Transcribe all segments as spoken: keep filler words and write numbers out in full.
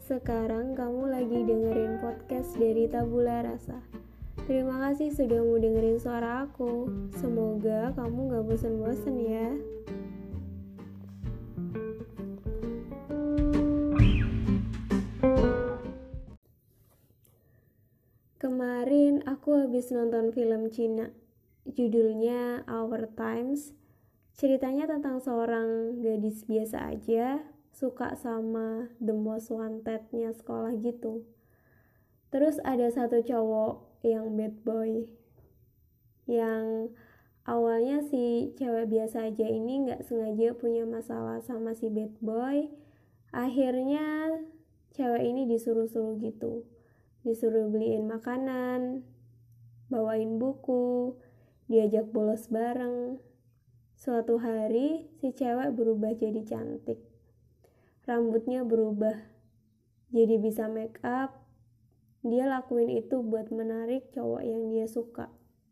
Sekarang kamu lagi dengerin podcast dari Tabula Rasa. Terima kasih sudah mau dengerin suara aku. Semoga kamu gak bosan-bosan ya. Kemarin aku habis nonton film Cina. Judulnya Our Times. Ceritanya tentang seorang gadis biasa aja, suka sama the most wanted-nya sekolah gitu. Terus ada satu cowok yang bad boy, yang awalnya si cewek biasa aja ini gak sengaja punya masalah sama si bad boy. Akhirnya cewek ini disuruh-suruh gitu, disuruh beliin makanan, bawain buku, diajak bolos bareng. Suatu hari si cewek berubah jadi cantik, rambutnya berubah jadi bisa make up. Dia lakuin itu buat menarik cowok yang dia suka.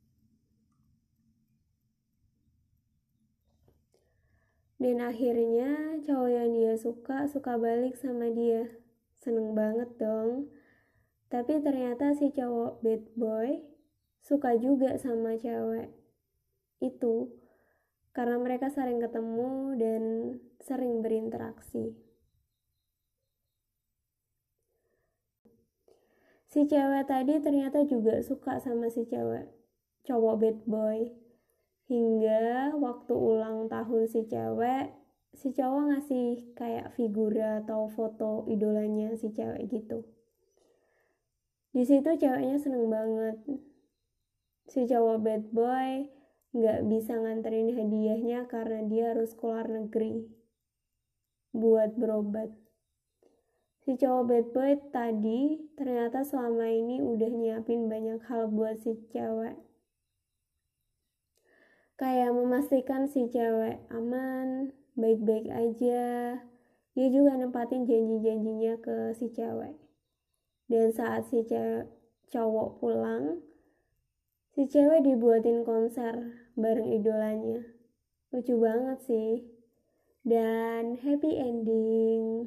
Dan akhirnya cowok yang dia suka suka balik sama dia. Seneng banget dong. Tapi ternyata si cowok bad boy suka juga sama cewek itu, karena mereka sering ketemu dan sering berinteraksi. Si cewek tadi ternyata juga suka sama si cewek cowok bad boy. Hingga waktu ulang tahun si cewek, si cowok ngasih kayak figura atau foto idolanya si cewek gitu. Di situ ceweknya seneng banget. Si cowok bad boy gak bisa nganterin hadiahnya karena dia harus keluar negeri buat berobat. Si cowok bad boy tadi ternyata selama ini udah nyiapin banyak hal buat si cewek. Kayak memastikan si cewek aman, baik-baik aja. Dia juga nempatin janji-janjinya ke si cewek. Dan saat si cewek, cowok pulang, si cewek dibuatin konser bareng idolanya. Lucu banget sih. Dan happy ending.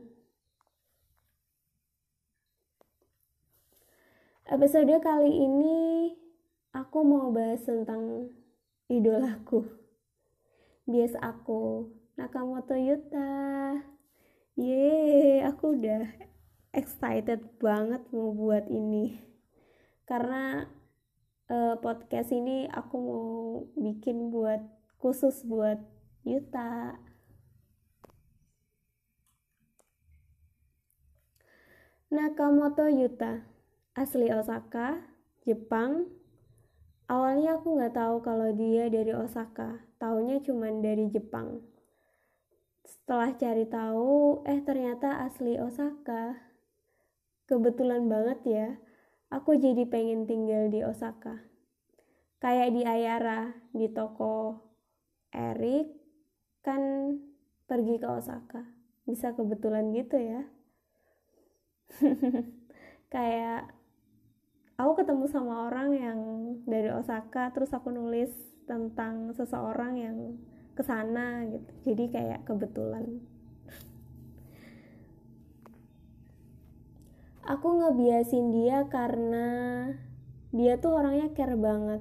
Episode kali ini aku mau bahas tentang idolaku. Bias aku, Nakamoto Yuta. Yeay, aku udah excited banget mau buat ini. Karena uh, podcast ini aku mau bikin buat khusus buat Yuta. Nakamoto Yuta, asli Osaka, Jepang. Awalnya aku gak tahu kalau dia dari Osaka, taunya cuma dari Jepang. Setelah cari tahu, eh ternyata asli Osaka. Kebetulan banget ya, aku jadi pengen tinggal di Osaka. Kayak di Ayara, di toko Eric, kan pergi ke Osaka. Bisa kebetulan gitu ya. Kayak aku ketemu sama orang yang dari Osaka, terus aku nulis tentang seseorang yang kesana gitu. Jadi kayak kebetulan. Aku ngebiasin dia karena dia tuh orangnya care banget.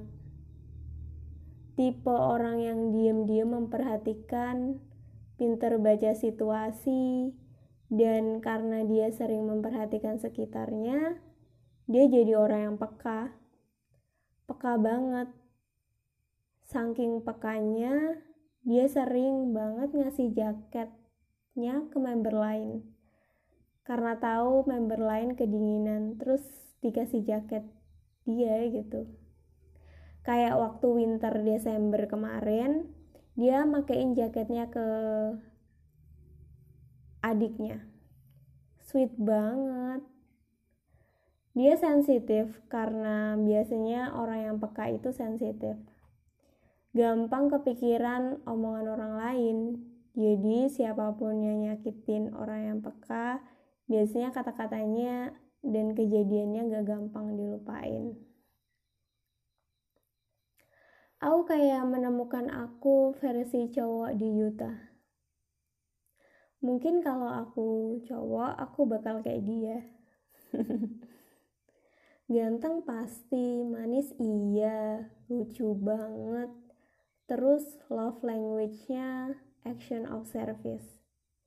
Tipe orang yang diam-diam memperhatikan, pintar baca situasi, dan karena dia sering memperhatikan sekitarnya, dia jadi orang yang peka. Peka banget. Saking pekanya, dia sering banget ngasih jaketnya ke member lain. Karena tahu member lain kedinginan, terus dikasih jaket dia gitu. Kayak waktu winter Desember kemarin, dia makein jaketnya ke adiknya. Sweet banget. Dia sensitif karena biasanya orang yang peka itu sensitif. Gampang kepikiran omongan orang lain. Jadi siapapun yang nyakitin orang yang peka, biasanya kata-katanya dan kejadiannya gak gampang dilupain. Aku kayak menemukan aku versi cowok di Yuta. Mungkin kalau aku cowok, aku bakal kayak dia. Ganteng pasti, manis iya, lucu banget. Terus love language-nya action of service.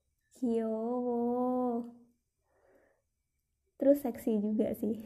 Yo. Terus seksi juga sih.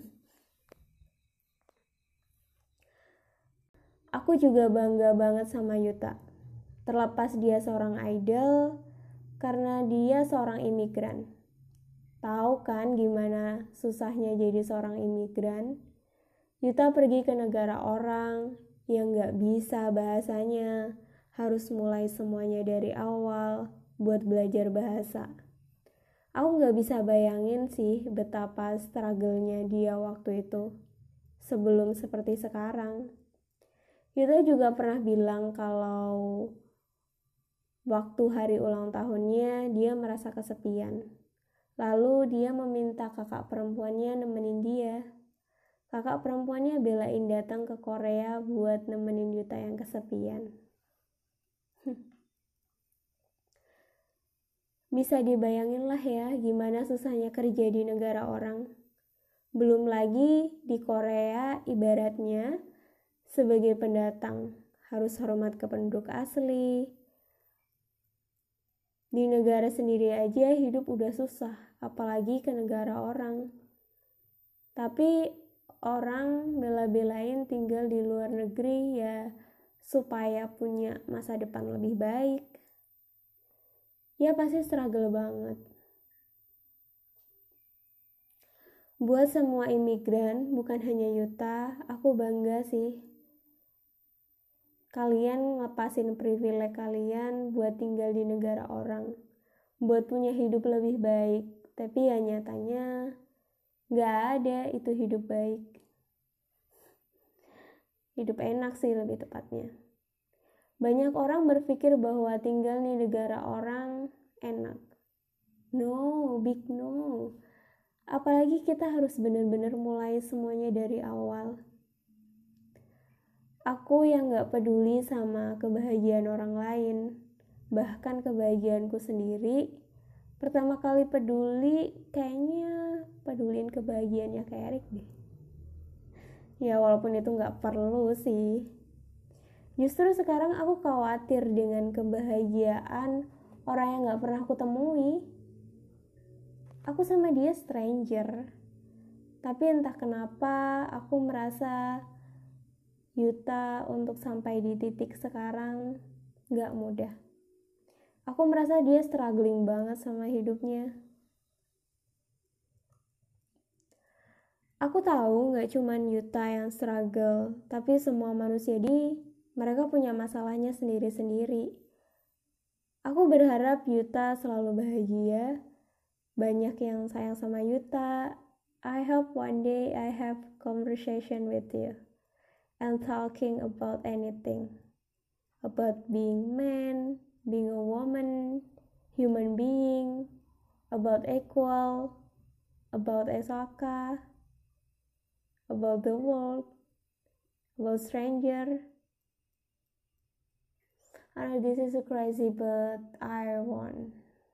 Aku juga bangga banget sama Yuta. Terlepas dia seorang idol, karena dia seorang imigran. Tahu kan gimana susahnya jadi seorang imigran? Yuta pergi ke negara orang yang gak bisa bahasanya, harus mulai semuanya dari awal buat belajar bahasa. Aku gak bisa bayangin sih betapa struggle-nya dia waktu itu, sebelum seperti sekarang. Yuta juga pernah bilang kalau waktu hari ulang tahunnya dia merasa kesepian. Lalu dia meminta kakak perempuannya nemenin dia. Kakak perempuannya belain datang ke Korea buat nemenin Yuta yang kesepian. Bisa dibayangin lah ya gimana susahnya kerja di negara orang. Belum lagi di Korea ibaratnya sebagai pendatang harus hormat ke penduduk asli. Di negara sendiri aja hidup udah susah, apalagi ke negara orang. Tapi orang bela-belain tinggal di luar negeri ya supaya punya masa depan lebih baik. Ya pasti struggle banget. Buat semua imigran, bukan hanya Yuta, aku bangga sih. Kalian ngepasin privilege kalian buat tinggal di negara orang, buat punya hidup lebih baik. Tapi ya nyatanya gak ada itu hidup baik. Hidup enak sih lebih tepatnya. Banyak orang berpikir bahwa tinggal di negara orang enak. No, big no. Apalagi kita harus benar-benar mulai semuanya dari awal. Aku yang gak peduli sama kebahagiaan orang lain, bahkan kebahagiaanku sendiri, pertama kali peduli kayaknya peduliin kebahagiaannya Kak Erik deh. Ya walaupun itu gak perlu sih. Justru sekarang aku khawatir dengan kebahagiaan orang yang gak pernah aku temui. Aku sama dia stranger, tapi entah kenapa aku merasa Yuta untuk sampai di titik sekarang gak mudah. Aku merasa dia struggling banget sama hidupnya. Aku tahu gak cuman Yuta yang struggle, tapi semua manusia di mereka punya masalahnya sendiri-sendiri. Aku berharap Yuta selalu bahagia, banyak yang sayang sama Yuta. I hope one day I have conversation with you and talking about anything. About being man, being a woman, human being, about equal, about Osaka, about the world, about stranger. I know this is crazy, but I want.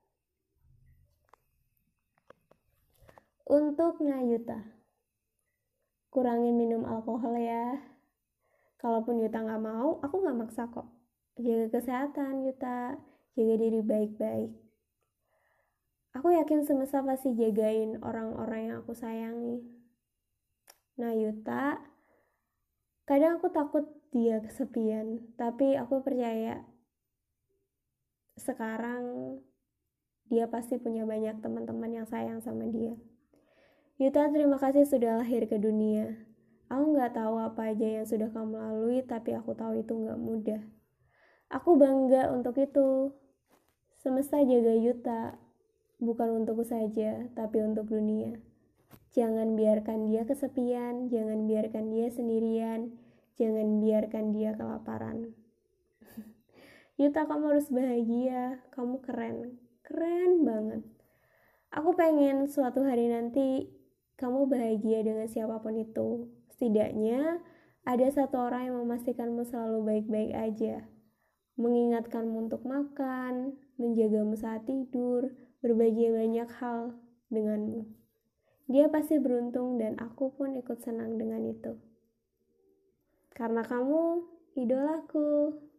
Untuk Nayuta, kurangin minum alkohol ya. Kalaupun Yuta gak mau, aku gak maksa kok. Jaga kesehatan Yuta, jaga diri baik-baik. Aku yakin semesta pasti jagain orang-orang yang aku sayangi. Nah Yuta, kadang aku takut dia kesepian, tapi aku percaya sekarang dia pasti punya banyak teman-teman yang sayang sama dia. Yuta, terima kasih sudah lahir ke dunia. Aku gak tahu apa aja yang sudah kamu lalui, tapi aku tahu itu gak mudah. Aku bangga untuk itu. Semesta jaga Yuta, bukan untukku saja, tapi untuk dunia. Jangan biarkan dia kesepian, jangan biarkan dia sendirian, jangan biarkan dia kelaparan. Yuta, kamu harus bahagia, kamu keren, keren banget. Aku pengen suatu hari nanti kamu bahagia dengan siapapun itu. Setidaknya ada satu orang yang memastikanmu selalu baik-baik aja. mengingatkanmu untuk makan, menjagamu saat tidur, berbagi banyak hal denganmu. Dia pasti beruntung dan aku pun ikut senang dengan itu. Karena kamu idolaku.